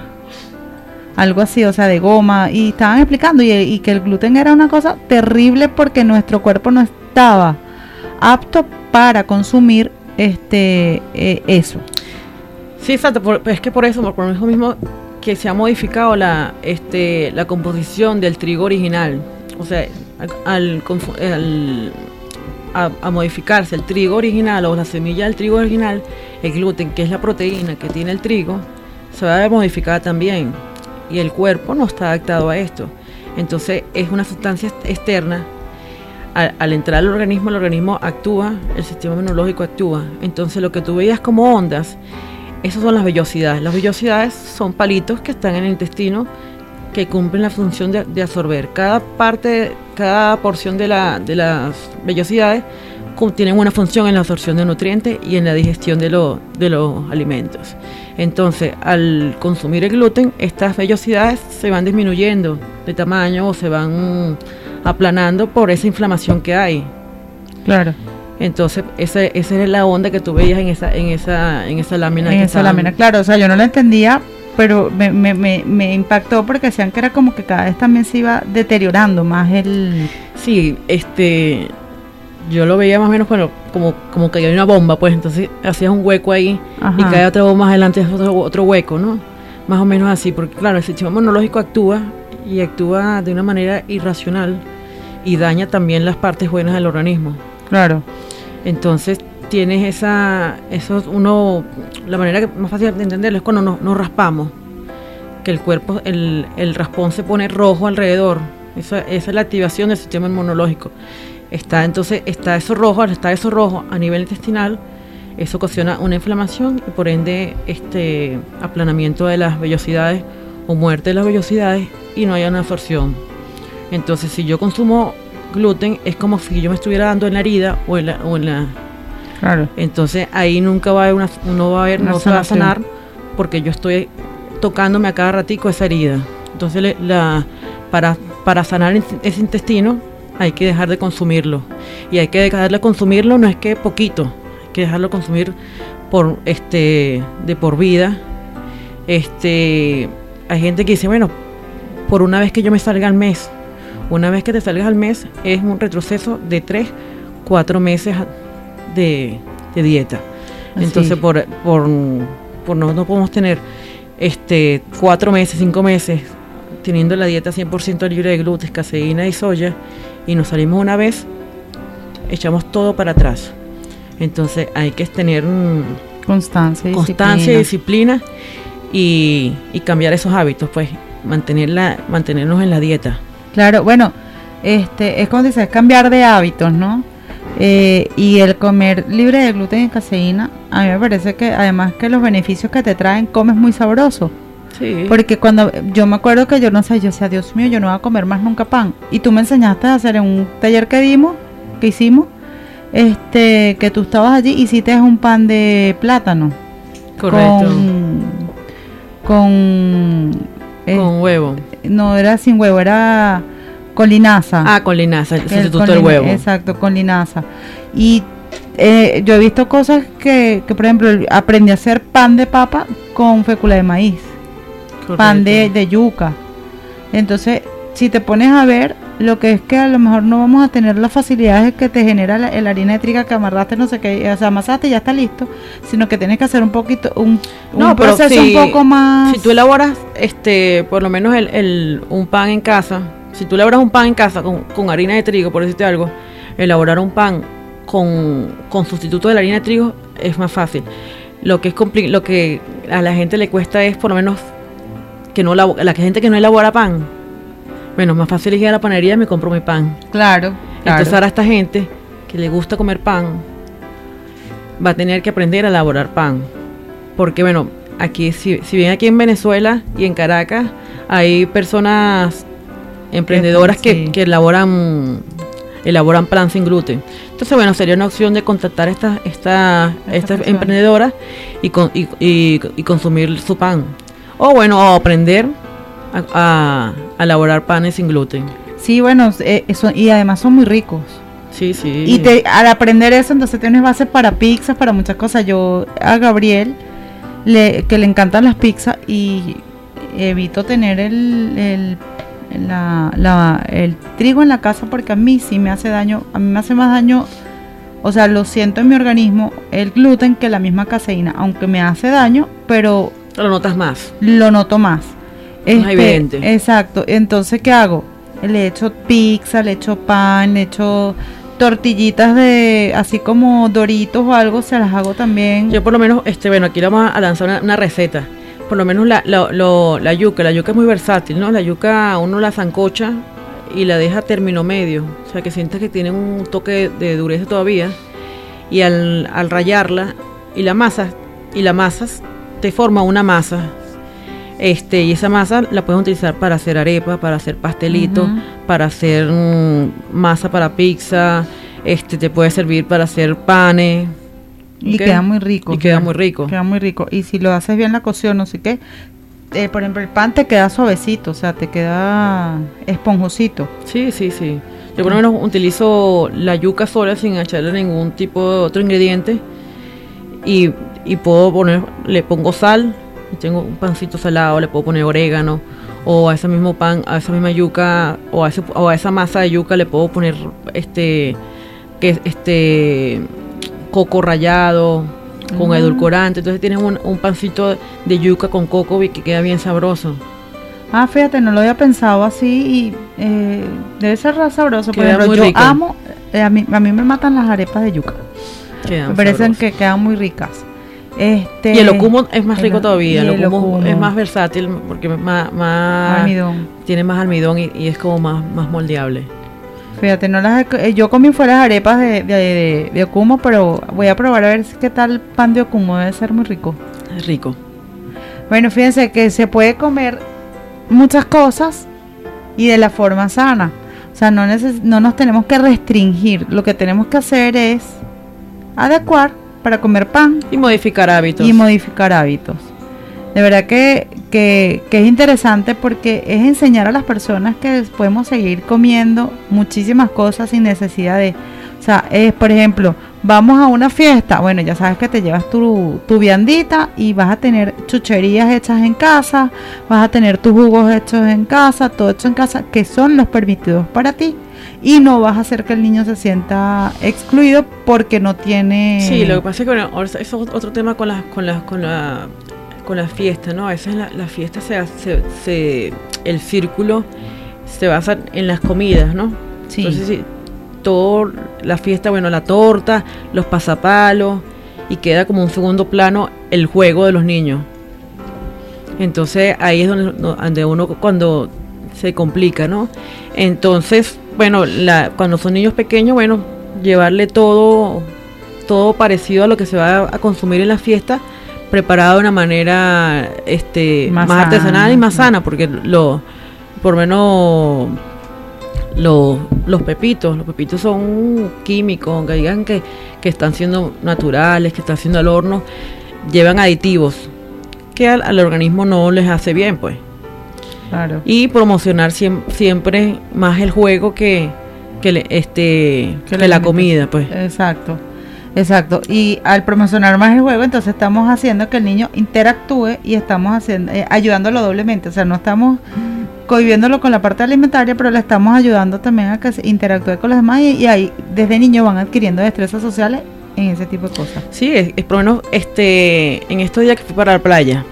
algo así, o sea, de goma, y estaban explicando y, y que el gluten era una cosa terrible porque nuestro cuerpo no estaba apto para consumir este eh, eso. Sí, exacto, por, es que por eso, por, por eso mismo que se ha modificado la este la composición del trigo original. O sea, al, al a, a modificarse el trigo original o la semilla del trigo original, el gluten, que es la proteína que tiene el trigo, se va a ver modificada también, y el cuerpo no está adaptado a esto. Entonces es una sustancia externa. Al, al entrar al organismo, el organismo actúa, el sistema inmunológico actúa. Entonces lo que tú veías como ondas, esas son las vellosidades. Las vellosidades son palitos que están en el intestino que cumplen la función de, de absorber. Cada parte, cada porción de, la, de las vellosidades tienen una función en la absorción de nutrientes y en la digestión de, lo, de los alimentos. Entonces, al consumir el gluten, estas vellosidades se van disminuyendo de tamaño o se van aplanando por esa inflamación que hay. Claro. Entonces, esa, esa es la onda que tú veías en esa, en esa, en esa lámina. En que esa estaban... lámina, claro, o sea, yo no la entendía, pero me, me, me, me impactó porque decían que era como que cada vez también se iba deteriorando más el... Sí, este, yo lo veía más o menos bueno, como, como que había una bomba, pues entonces hacías un hueco ahí. Ajá. Y cae otra bomba más adelante, otro, otro hueco, ¿no? Más o menos así, porque claro, el sistema inmunológico actúa y actúa de una manera irracional y daña también las partes buenas del organismo. Claro. Entonces tienes esa, eso uno, la manera que más fácil de entenderlo es cuando nos, nos raspamos, que el cuerpo, el, el raspón se pone rojo alrededor, esa, esa es la activación del sistema inmunológico. está entonces está eso rojo, al estar eso rojo a nivel intestinal, eso ocasiona una inflamación y por ende este aplanamiento de las vellosidades o muerte de las vellosidades y no hay una absorción. Entonces, si yo consumo gluten, es como si yo me estuviera dando en la herida o en la, o en la Claro. Entonces ahí nunca va a haber una, no va a haber, Una no se va a sanación. sanar porque yo estoy tocándome a cada ratico esa herida. Entonces le- la, para, para sanar ese ese intestino hay que dejar de consumirlo. Y hay que dejar de consumirlo, no es que poquito, hay que dejarlo consumir por este de por vida. Este hay gente que dice, bueno, por una vez que yo me salga al mes, una vez que te salgas al mes es un retroceso de tres, cuatro meses de, de dieta. Así. Entonces por, por, por no, no podemos tener este cuatro meses, cinco meses teniendo la dieta cien por ciento libre de gluten, caseína y soya y nos salimos una vez, echamos todo para atrás. Entonces hay que tener mm, Constancia y constancia y disciplina. disciplina y, y cambiar esos hábitos, pues mantenerla, mantenernos en la dieta. Claro, bueno, este es como dices, cambiar de hábitos, ¿no? Eh, y el comer libre de gluten y caseína, a mí me parece que además que los beneficios que te traen, comes muy sabroso. Sí. Porque cuando yo me acuerdo que yo no sé, yo decía, Dios mío, yo no voy a comer más nunca pan. Y tú me enseñaste a hacer en un taller que dimos, que hicimos, este, que tú estabas allí, hiciste un pan de plátano. Correcto. Con, con, eh, Con huevo. no era sin huevo, era con linaza. Ah, con linaza, el El sustituto con del lin- huevo. Exacto, con linaza. Y eh, yo he visto cosas que, que, por ejemplo, aprendí a hacer pan de papa con fécula de maíz, Correcto. pan de, de yuca. Entonces, si te pones a ver, lo que es que a lo mejor no vamos a tener las facilidades que te genera la, la harina de trigo que amarraste, no sé qué, o sea, amasaste y ya está listo, sino que tienes que hacer un poquito, un, No, un pero proceso si- un poco más... Si tú elaboras, este, por lo menos el, el, un pan en casa, si tú elaboras un pan en casa con, con harina de trigo, por decirte algo, elaborar un pan con, con sustituto de la harina de trigo es más fácil. Lo que es compli- lo que a la gente le cuesta es por lo menos que no labo- la gente que no elabora pan. Bueno, más fácil es ir a la panadería y me compro mi pan. Claro, claro. Entonces ahora esta gente que le gusta comer pan va a tener que aprender a elaborar pan. Porque bueno, aquí si, si bien aquí en Venezuela y en Caracas hay personas emprendedoras que, Sí. que elaboran elaboran pan sin gluten. Entonces bueno, sería una opción de contactar a estas esta, Estas estas personas. emprendedoras y, con, y, y, y consumir su pan. O bueno, o aprender a, a, a elaborar panes sin gluten. Sí, bueno, eh, eso, y además son muy ricos. Sí, sí. Y te, al aprender eso, entonces tienes base para pizzas, para muchas cosas. Yo a Gabriel, le, que le encantan las pizzas, y evito tener el, el, la, la, el trigo en la casa porque a mí sí me hace daño. A mí me hace más daño, o sea, lo siento en mi organismo, el gluten que la misma caseína, aunque me hace daño, pero Lo notas más. lo noto más. Más evidente. Exacto. Entonces, ¿qué hago? Le echo pizza, le echo pan, le echo tortillitas de, así como Doritos o algo, se las hago también. Yo por lo menos, este, bueno, aquí le vamos a lanzar una, una receta. Por lo menos la, la, lo- la yuca, la yuca es muy versátil, ¿no? La yuca uno la sancocha y la deja a término medio, o sea que sientes que tiene un toque de dureza todavía. Y al, al rallarla y la masa, y la masas, te forma una masa. Este, y esa masa la puedes utilizar para hacer arepa, para hacer pastelitos, Ujú. para hacer mm, masa para pizza, este, te puede servir para hacer panes. Y ¿ok? queda muy rico. Y queda muy rico. Queda muy rico. Y si lo haces bien la cocción, no sé qué, eh, por ejemplo, el pan te queda suavecito, o sea, te queda esponjosito. Sí, sí, sí. Yo por lo menos utilizo la yuca sola sin echarle ningún tipo de otro ingrediente. Y, y puedo poner, le pongo sal, y tengo un pancito salado, le puedo poner orégano, o a ese mismo pan, a esa misma yuca, o a, ese, o a esa masa de yuca le puedo poner este, que este coco rallado, con Mm. edulcorante. Entonces tienes un, un pancito de yuca con coco que queda bien sabroso. Ah, fíjate, no lo había pensado así y eh, debe ser ra- sabroso. Por Queda ejemplo, muy yo rico. amo, eh, a, mí, a mí me matan las arepas de yuca. Quedan Me parecen sabrosas. que quedan muy ricas. Este, Y el ocumo es más el- rico todavía. y El el ocumo ocumo. es más versátil porque es más, más almidón. tiene más almidón y, y es como más, más moldeable. Fíjate, no las he- yo comí fue las arepas de, de, de, de Okumo, pero voy a probar a ver qué tal el pan de Okumo, debe ser muy rico. Es rico. Bueno, fíjense que se puede comer muchas cosas y de la forma sana. O sea, no, neces- no nos tenemos que restringir. Lo que tenemos que hacer es adecuar para comer pan Y modificar hábitos. y modificar hábitos. De verdad que, que, que es interesante porque es enseñar a las personas que podemos seguir comiendo muchísimas cosas sin necesidad de... O sea, es, por ejemplo, vamos a una fiesta, bueno, ya sabes que te llevas tu, tu viandita y vas a tener chucherías hechas en casa, vas a tener tus jugos hechos en casa, todo hecho en casa, que son los permitidos para ti. Y no vas a hacer que el niño se sienta excluido porque no tiene... Sí, lo que pasa es que bueno, ahora eso es otro tema con las con las con la con la fiesta, ¿no? A veces la, la fiesta se, se, se el círculo se basa en las comidas, ¿no? Sí. Entonces sí, todo la fiesta, bueno, la torta, los pasapalos y queda como un segundo plano el juego de los niños. Entonces ahí es donde, donde uno cuando se complica, ¿no? Entonces, bueno, la, cuando son niños pequeños, bueno, llevarle todo todo parecido a lo que se va a consumir en la fiesta, preparado de una manera este Más más, artesanal sana. y más sana, porque lo por lo menos los, los pepitos, los pepitos son químicos, aunque digan que, que están siendo naturales, que están siendo al horno, llevan aditivos que al, al organismo no les hace bien, pues. Claro. Y promocionar siem- siempre más el juego que, que, le- este, Que que la la alimentación. comida, pues. Exacto, exacto. Y al promocionar más el juego, entonces estamos haciendo que el niño interactúe y estamos haciendo, eh, ayudándolo doblemente. O sea, no estamos cohibiéndolo con la parte alimentaria, pero le estamos ayudando también a que se interactúe con los demás y, y ahí desde niño van adquiriendo destrezas sociales en ese tipo de cosas. Sí, es, es por lo menos este, en estos días que fui para la playa.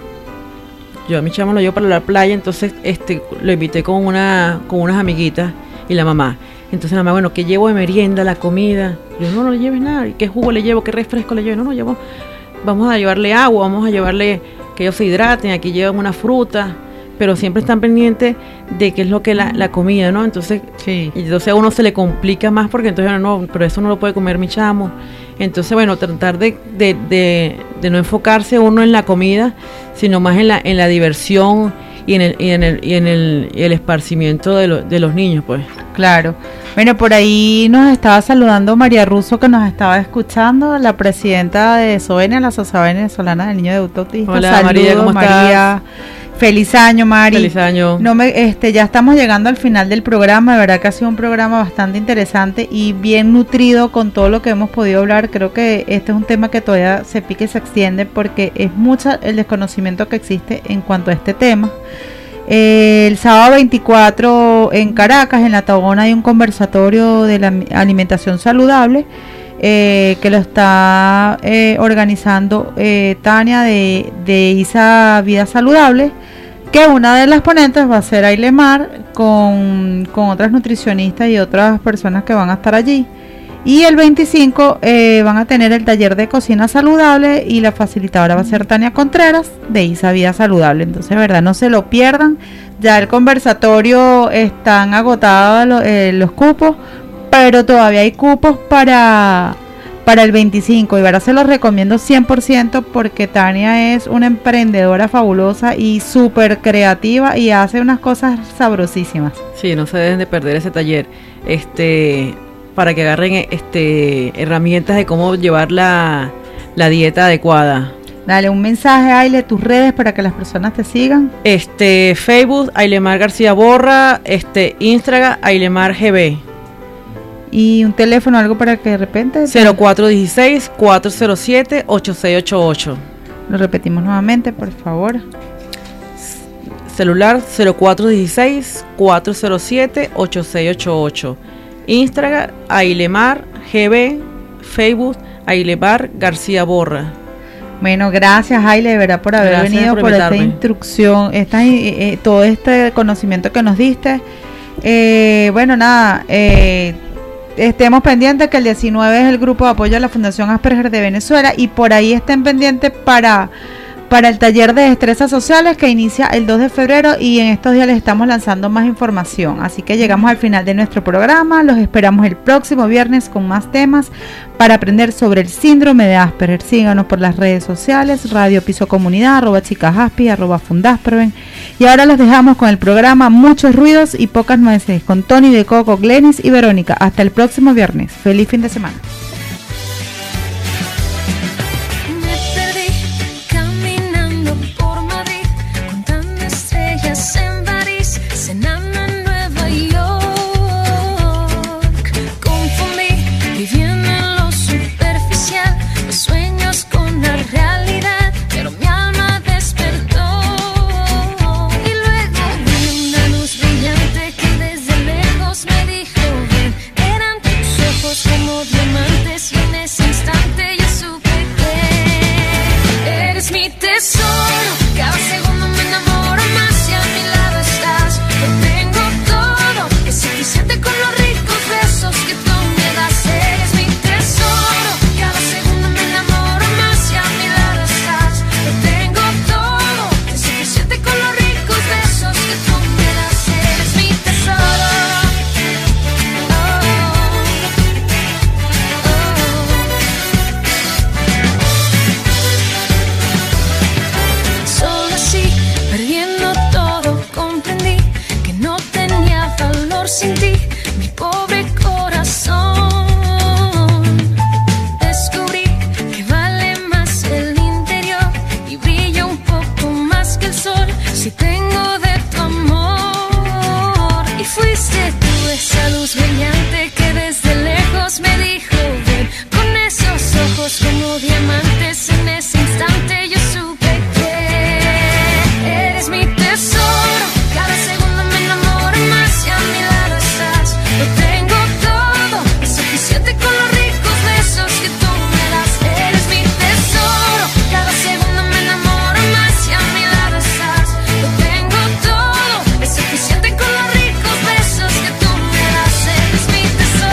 Yo a mi chamo lo llevo para la playa, entonces este lo invité con una con unas amiguitas y la mamá. Entonces la mamá, bueno, ¿qué llevo de merienda, la comida? Yo, no, no le lleves nada. ¿Y qué jugo le llevo? ¿Qué refresco le llevo? No, no, llevo. Vamos a llevarle agua, vamos a llevarle que ellos se hidraten. Aquí llevan una fruta, pero siempre están pendientes de qué es lo que la, la comida, ¿no? Entonces, Sí. y entonces a uno se le complica más porque entonces, no, no, pero eso no lo puede comer mi chamo. Entonces, bueno, tratar de, de, de, de no enfocarse uno en la comida, sino más en la, en la diversión y en el, y en el, y en el, y el esparcimiento de, lo, de los niños, pues. Claro. Bueno, por ahí nos estaba saludando María Russo, que nos estaba escuchando, la presidenta de SOVENE, la Sociedad Venezolana del Niño de Adulto Autista. Hola, Saludos, María, ¿cómo estás? María. Feliz año, Mari. Feliz año. No me, este, ya estamos llegando al final del programa. De verdad que ha sido un programa bastante interesante y bien nutrido con todo lo que hemos podido hablar. Creo que este es un tema que todavía se pique y se extiende porque es mucho el desconocimiento que existe en cuanto a este tema. Eh, el sábado veinticuatro en Caracas, en la Tabona, hay un conversatorio de la alimentación saludable eh, que lo está eh, organizando eh, Tania de, de Isa Vida Saludable, que una de las ponentes va a ser Ailemar con, con otras nutricionistas y otras personas que van a estar allí. Y el veinticinco eh, van a tener el taller de cocina saludable y la facilitadora va a ser Tania Contreras de Isa Vida Saludable. Entonces, verdad, no se lo pierdan. Ya el conversatorio están agotados los, eh, los cupos, pero todavía hay cupos para, para el veinticinco. Y verdad, se los recomiendo cien por ciento porque Tania es una emprendedora fabulosa y súper creativa y hace unas cosas sabrosísimas. Sí, no se deben de perder ese taller. Este... para que agarren este herramientas de cómo llevar la, la dieta adecuada. Dale un mensaje, Aile, tus redes para que las personas te sigan. Este Facebook, Ailemar García Borra, este Instagram, Ailemar G B. Y un teléfono, algo para que de repente... cero cuatro uno seis, cuatro cero siete, ocho seis ocho ocho. Lo repetimos nuevamente, por favor. Celular cero cuatro uno seis, cuatro cero siete, ocho seis ocho ocho. Instagram, Ailemar G B. Facebook, Ailemar García Borra. Bueno, gracias, Aile, de verdad, por haber Gracias venido, por por esta invitarme. instrucción, esta, eh, eh, todo este conocimiento que nos diste. Eh, bueno, nada, eh, estemos pendientes que el diecinueve es el grupo de apoyo a la Fundación Asperger de Venezuela y por ahí estén pendientes para... para el taller de destrezas sociales que inicia el dos de febrero, y en estos días les estamos lanzando más información. Así que llegamos al final de nuestro programa. Los esperamos el próximo viernes con más temas para aprender sobre el síndrome de Asperger. Síganos por las redes sociales, Radio Piso Comunidad, arroba chicasaspi, arroba fundasproven. Y ahora los dejamos con el programa Muchos Ruidos y Pocas Nueces con Tony de Coco, Glenis y Verónica. Hasta el próximo viernes. Feliz fin de semana. En París, cenando en Nueva York, confundí, viviendo en lo superficial, los sueños con la realidad, pero mi alma despertó. Y luego vi una luz brillante que desde lejos me dijo ven, eran tus ojos como diamantes, y en ese instante yo supe que eres mi tesoro, cada segundo me enamoro más. Suficiente con los ricos besos que tú me das. Eres mi tesoro, cada segundo me enamoro más y a mi lado estás. Lo tengo todo, es suficiente con los ricos besos que tú me das. Eres mi tesoro. Oh, oh. Solo así, perdiendo todo, comprendí que no tenía valor sin ti, mi pobre corazón. Descubrí que vale más el interior y brilla un poco más que el sol si tengo de tu amor. Y fuiste tú esa luz brillante que desde lejos me dijo ven, con esos ojos como diamantes, en ese instante yo supe que eres mi tesoro, cada segundo me enamoro más y a mi lado estás. Lo tengo todo, es suficiente con los ricos besos que tú me das. Eres mi tesoro, cada segundo me enamoro más y a mi lado estás. Lo tengo todo, es suficiente con los ricos besos que tú me das. Eres mi tesoro.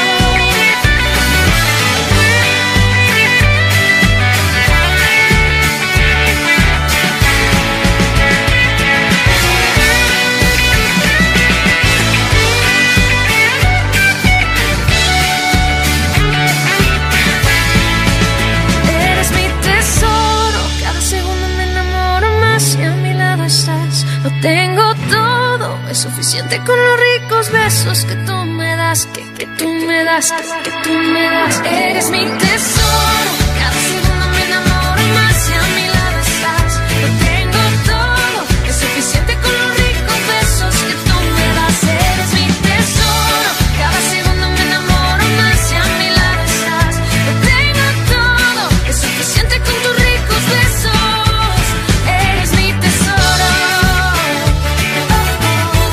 Eres mi tesoro, cada segundo me enamoro más y a mi lado estás. Lo tengo todo, es suficiente con los ricos besos que tú me das, que, que tú me das, que, que tú me das. Eres mi tesoro, cada segundo me enamoro más y a mi lado estás. Lo tengo todo, es suficiente con los ricos besos que tú me das. Eres mi tesoro, cada segundo me enamoro más y a mi lado estás. Lo tengo todo, es suficiente con tus ricos besos. Eres mi tesoro. Oh, oh,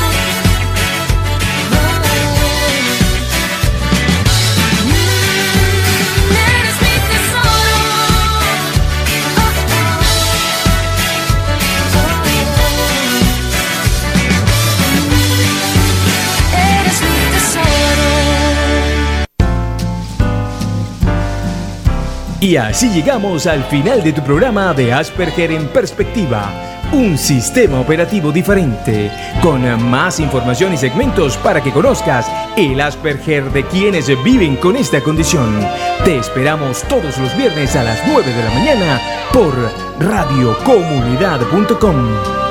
oh. Mm, eres mi tesoro. Oh, oh, oh. Eres mi tesoro. Y así llegamos al final de tu programa de Asperger en Perspectiva, un sistema operativo diferente, con más información y segmentos para que conozcas el Asperger de quienes viven con esta condición. Te esperamos todos los viernes a las nueve de la mañana por radio comunidad punto com.